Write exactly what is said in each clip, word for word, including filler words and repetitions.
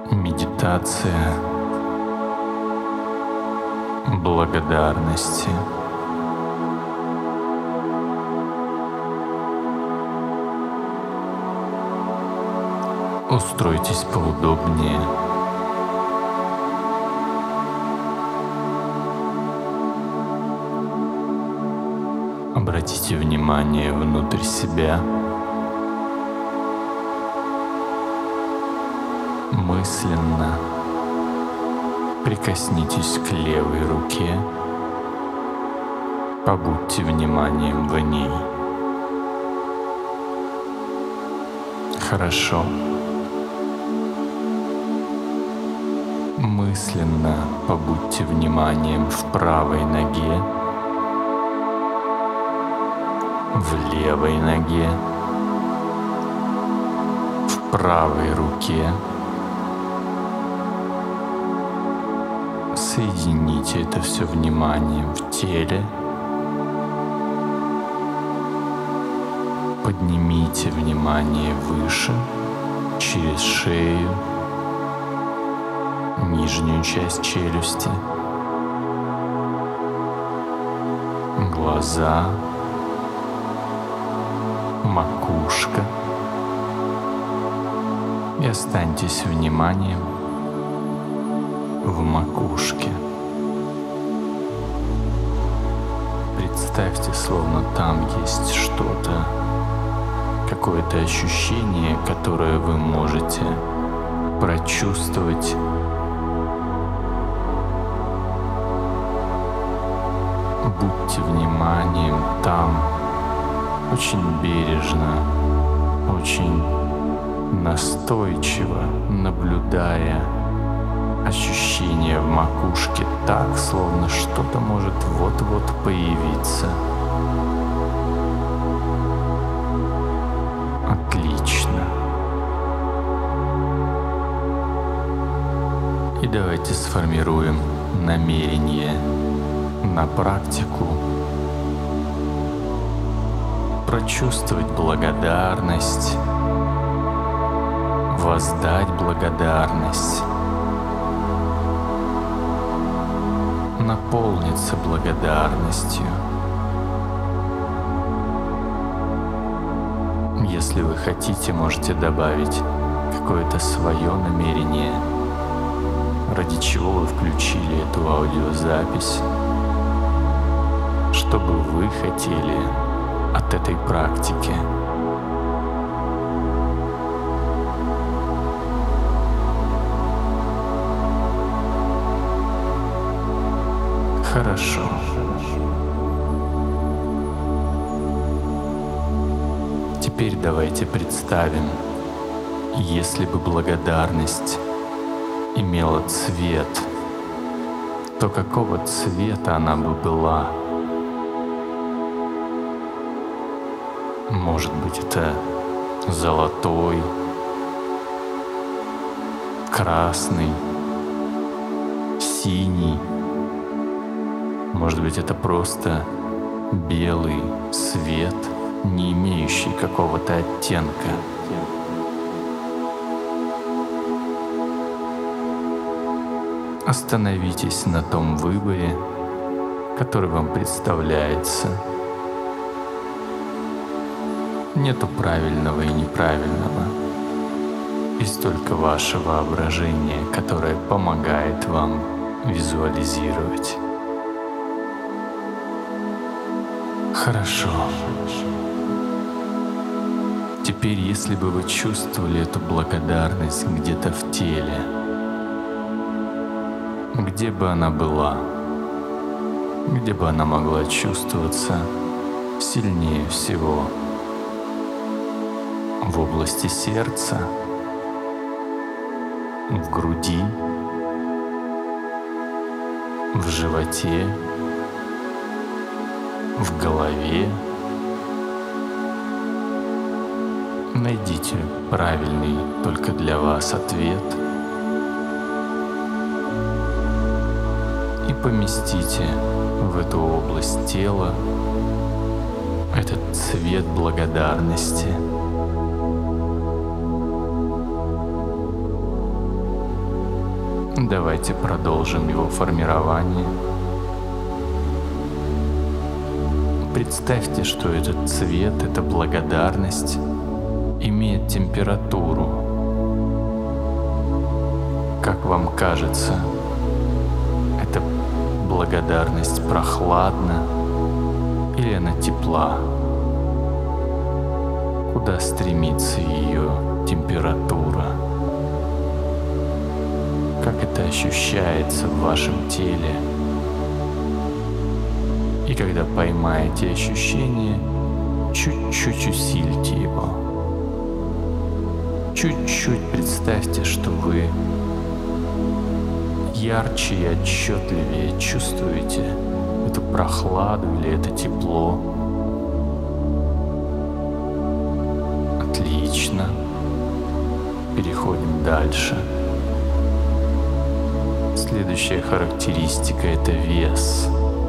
Медитация благодарности. Устройтесь поудобнее. Обратите внимание внутрь себя. Мысленно прикоснитесь к левой руке, побудьте вниманием в ней. Хорошо. Мысленно побудьте вниманием в правой ноге, в левой ноге, в правой руке. Соедините это все вниманием в теле. Поднимите внимание выше, через шею, нижнюю часть челюсти, глаза, макушка. И останьтесь вниманием в макушке. Представьте, словно там есть что-то, какое-то ощущение, которое вы можете прочувствовать. Будьте вниманием там, очень бережно, очень настойчиво наблюдая ощущение в макушке так, словно что-то может вот-вот появиться. Отлично. И давайте сформируем намерение на практику прочувствовать благодарность, воздать благодарность, наполниться благодарностью. Если вы хотите, можете добавить какое-то свое намерение, ради чего вы включили эту аудиозапись, что бы вы хотели от этой практики. Хорошо. Теперь давайте представим, если бы благодарность имела цвет, то какого цвета она бы была? Может быть, это золотой, красный, синий. Может быть, это просто белый свет, не имеющий какого-то оттенка. Остановитесь на том выборе, который вам представляется. Нету правильного и неправильного. Есть только ваше воображение, которое помогает вам визуализировать. Хорошо. Теперь, если бы вы чувствовали эту благодарность где-то в теле, где бы она была, где бы она могла чувствоваться сильнее всего? В области сердца, в груди, в животе, в голове. Найдите правильный только для вас ответ и поместите в эту область тела этот цвет благодарности. Давайте продолжим его формирование. Представьте, что этот цвет, эта благодарность имеет температуру. Как вам кажется, эта благодарность прохладна или она тепла? Куда стремится ее температура? Как это ощущается в вашем теле? И когда поймаете ощущение, чуть-чуть усильте его. Чуть-чуть представьте, что вы ярче и отчетливее чувствуете эту прохладу или это тепло. Отлично. Переходим дальше. Следующая характеристика — это вес.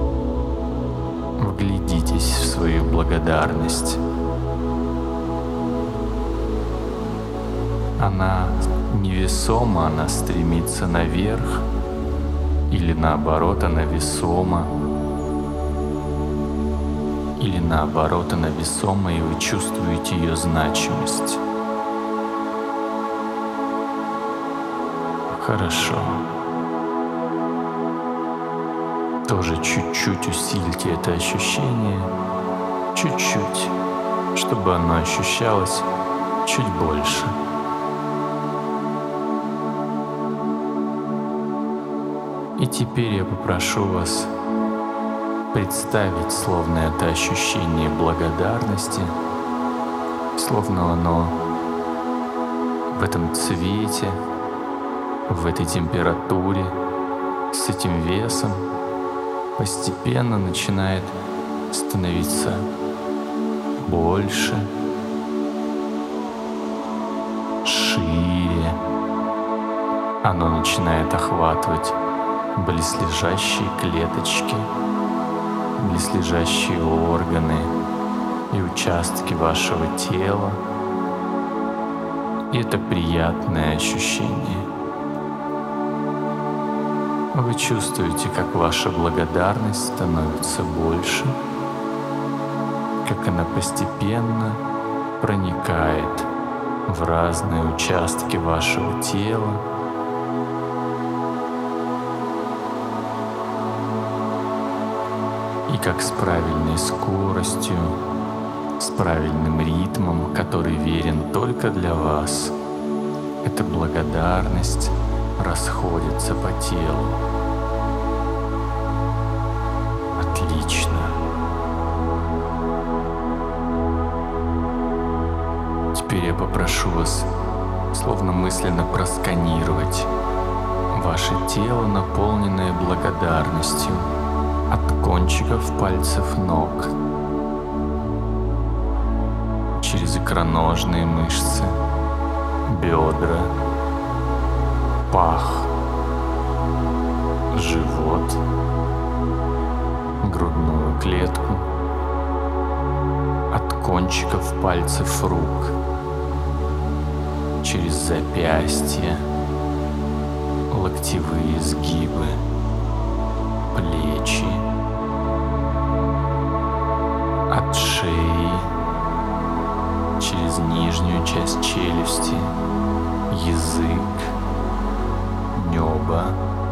Вглядитесь в свою благодарность. Она невесома, она стремится наверх, или наоборот, она весома, или наоборот, она весома, и вы чувствуете ее значимость. Хорошо. Тоже чуть-чуть усильте это ощущение, чуть-чуть, чтобы оно ощущалось чуть больше. И теперь я попрошу вас представить, словно это ощущение благодарности, словно оно в этом цвете, в этой температуре, с этим весом постепенно начинает становиться больше, шире. Оно начинает охватывать близлежащие клеточки, близлежащие органы и участки вашего тела. И это приятное ощущение. Вы чувствуете, как ваша благодарность становится больше, как она постепенно проникает в разные участки вашего тела. И как с правильной скоростью, с правильным ритмом, который верен только для вас, эта благодарность расходится по телу. Отлично. Теперь я попрошу вас словно мысленно просканировать ваше тело, наполненное благодарностью от кончиков пальцев ног, через икроножные мышцы, бедра, пах, живот, грудную клетку, от кончиков пальцев рук, через запястья, локтевые сгибы, плечи, от шеи, через нижнюю часть челюсти, язык, небо,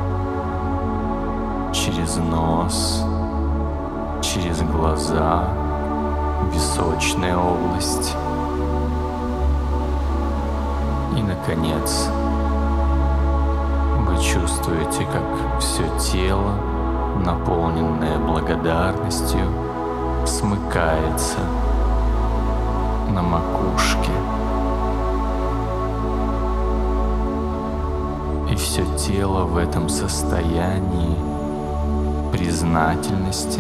через нос, через глаза, височная область. И, наконец, вы чувствуете, как все тело, наполненное благодарностью, смыкается на макушке. И все тело в этом состоянии признательности,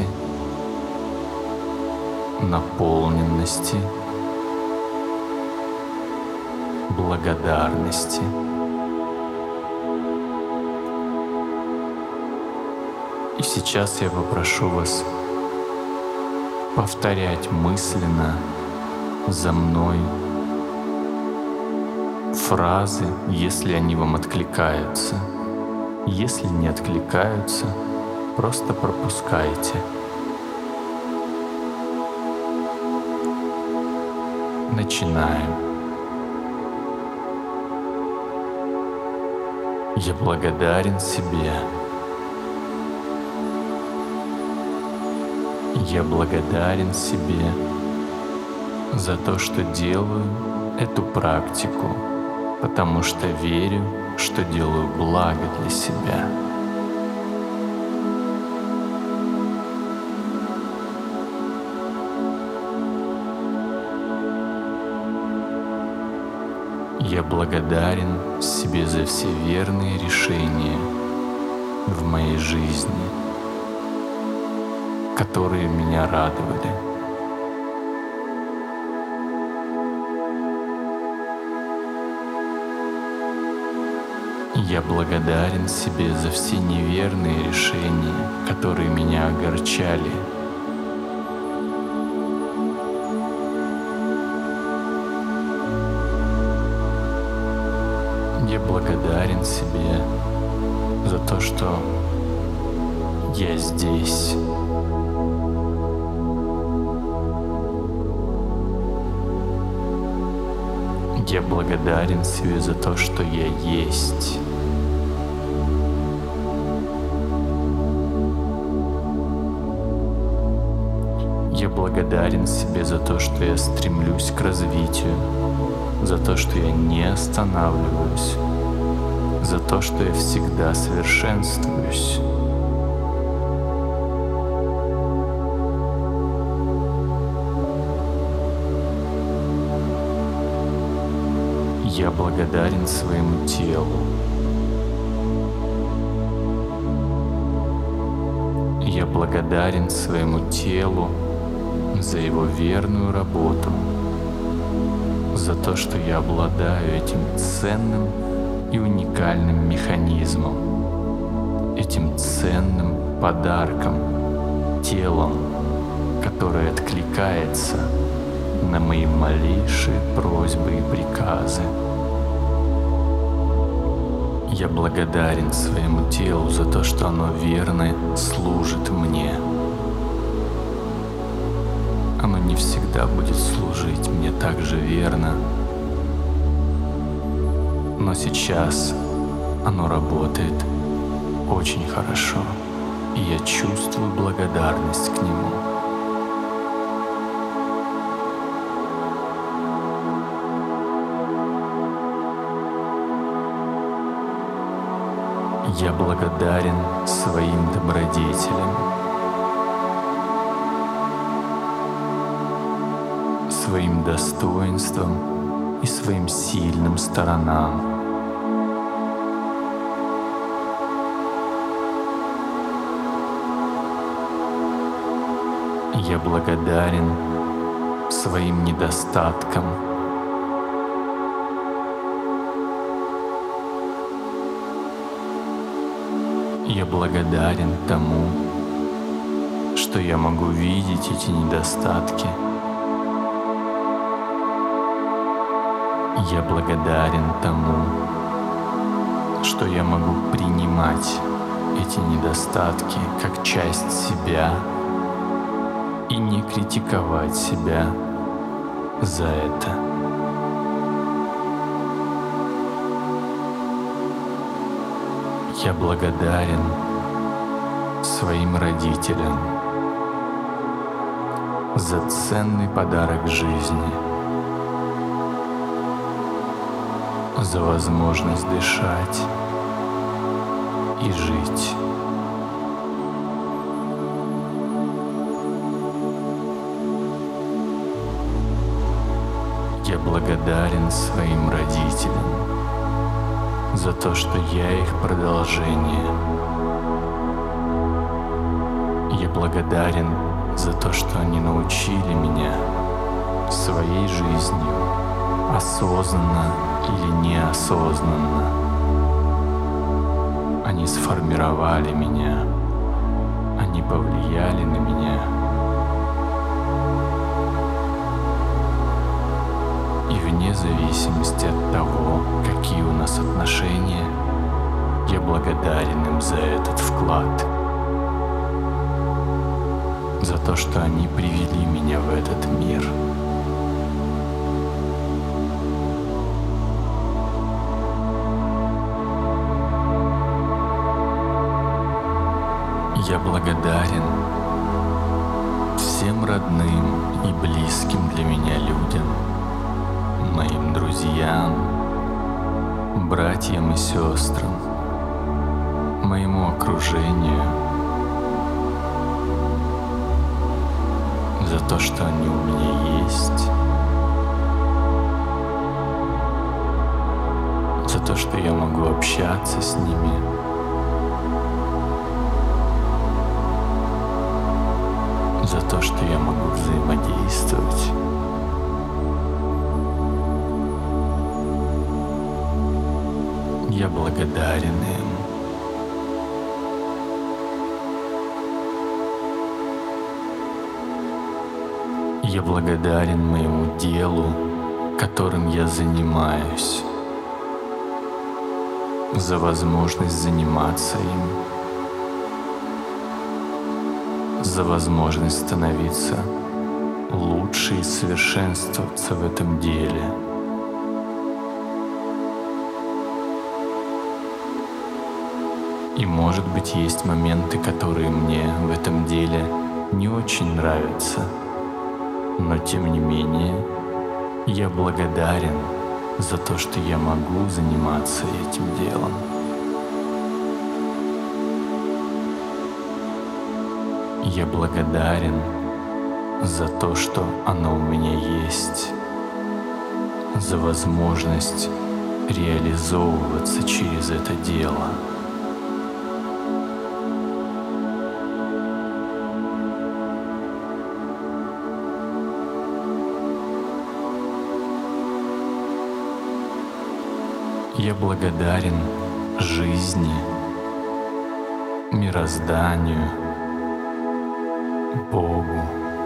наполненности, благодарности. И сейчас я попрошу вас повторять мысленно за мной фразы, если они вам откликаются. Если не откликаются, просто пропускайте. Начинаем. Я благодарен себе. Я благодарен себе за то, что делаю эту практику, потому что верю, что делаю благо для себя. Я благодарен себе за все верные решения в моей жизни, которые меня радовали. Я благодарен себе за все неверные решения, которые меня огорчали. Я благодарен себе за то, что я здесь. Я благодарен себе за то, что я есть. Я благодарен себе за то, что я стремлюсь к развитию, за то, что я не останавливаюсь, за то, что я всегда совершенствуюсь. Я благодарен своему телу. Я благодарен своему телу за его верную работу, за то, что я обладаю этим ценным и уникальным механизмом, этим ценным подарком, телом, которое откликается на мои малейшие просьбы и приказы. Я благодарен своему телу за то, что оно верно служит мне. Оно не всегда будет служить мне так же верно, но сейчас оно работает очень хорошо, и я чувствую благодарность к нему. Я благодарен своим добродетелям, своим достоинствам и своим сильным сторонам. Я благодарен своим недостаткам. Я благодарен тому, что я могу видеть эти недостатки. Я благодарен тому, что я могу принимать эти недостатки как часть себя и не критиковать себя за это. Я благодарен своим родителям за ценный подарок жизни, за возможность дышать и жить. Я благодарен своим родителям за то, что я их продолжение. Я благодарен за то, что они научили меня своей жизнью, осознанно или неосознанно. Они сформировали меня, они повлияли на меня. И вне зависимости от того, какие у нас отношения, Я благодарен им за этот вклад, за то, что они привели меня в этот мир. Я благодарен всем родным и близким для меня людям, моим друзьям, братьям и сестрам, моему окружению, за то, что они у меня есть, за то, что я могу общаться с ними, за то, что я могу взаимодействовать. Я благодарен им. Я благодарен моему делу, которым я занимаюсь, за возможность заниматься им, за возможность становиться лучше и совершенствоваться в этом деле. И, может быть, есть моменты, которые мне в этом деле не очень нравятся, но тем не менее я благодарен за то, что я могу заниматься этим делом. Я благодарен за то, что оно у меня есть, за возможность реализовываться через это дело. Я благодарен жизни, мирозданию, Богу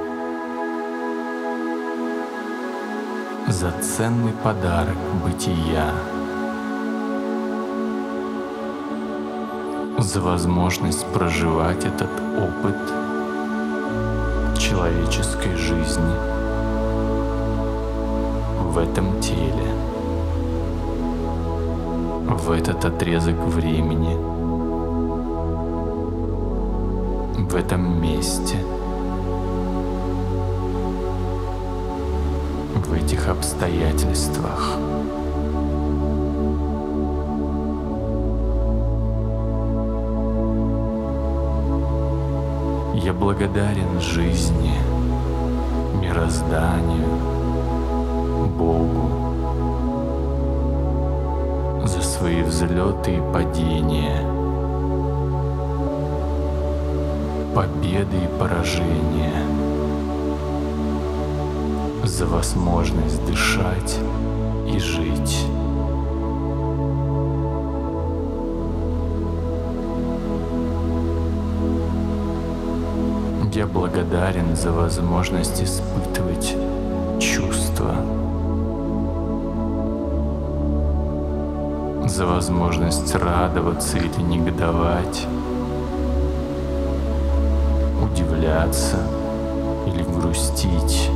за ценный подарок бытия, за возможность проживать этот опыт человеческой жизни в этом теле, в этот отрезок времени, в этом месте, в этих обстоятельствах. Я благодарен жизни, мирозданию, Богу за свои взлеты и падения, победы и поражения, за возможность дышать и жить. Я благодарен за возможность испытывать чувства, за возможность радоваться или негодовать, удивляться или грустить,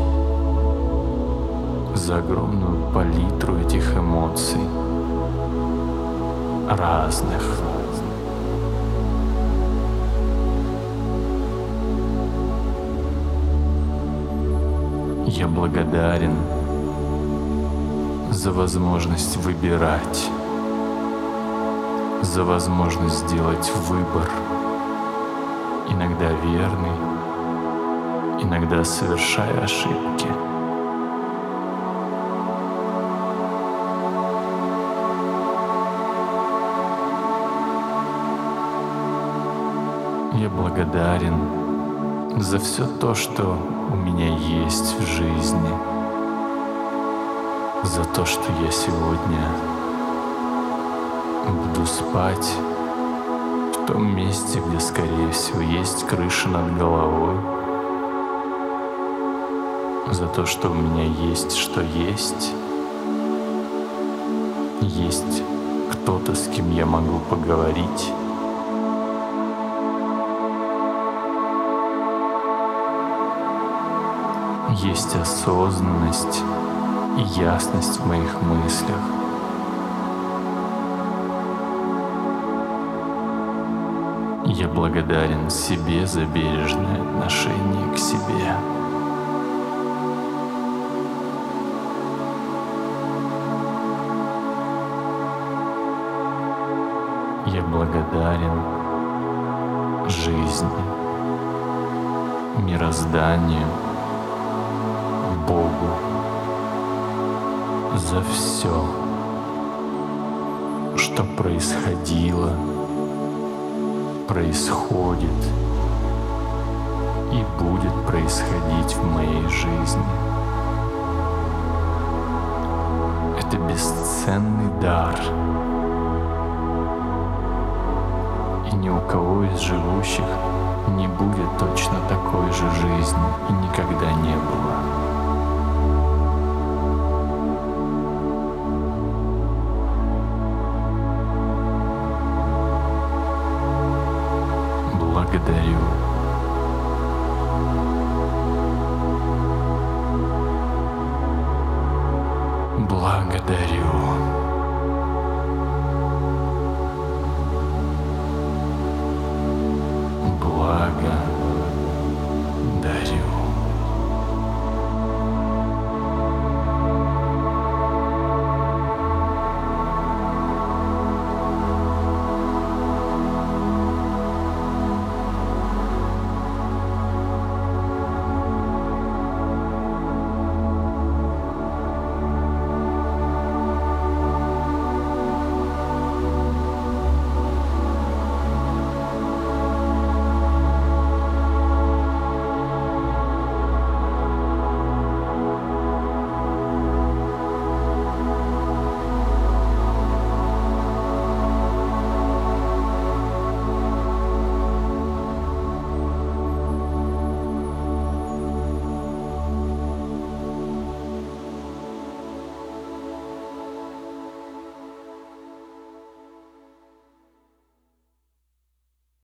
за огромную палитру этих эмоций, разных. Я благодарен за возможность выбирать, за возможность сделать выбор, иногда верный, иногда совершая ошибки. Я благодарен за все то, что у меня есть в жизни, за то, что я сегодня буду спать в том месте, где, скорее всего, есть крыша над головой, за то, что у меня есть, что есть, есть кто-то, с кем я могу поговорить. Есть осознанность и ясность в моих мыслях. Я благодарен себе за бережное отношение к себе. Я благодарен жизни, мирозданию, Богу за все, что происходило, происходит и будет происходить в моей жизни. Это бесценный дар. И ни у кого из живущих не будет точно такой же жизни и никогда не было.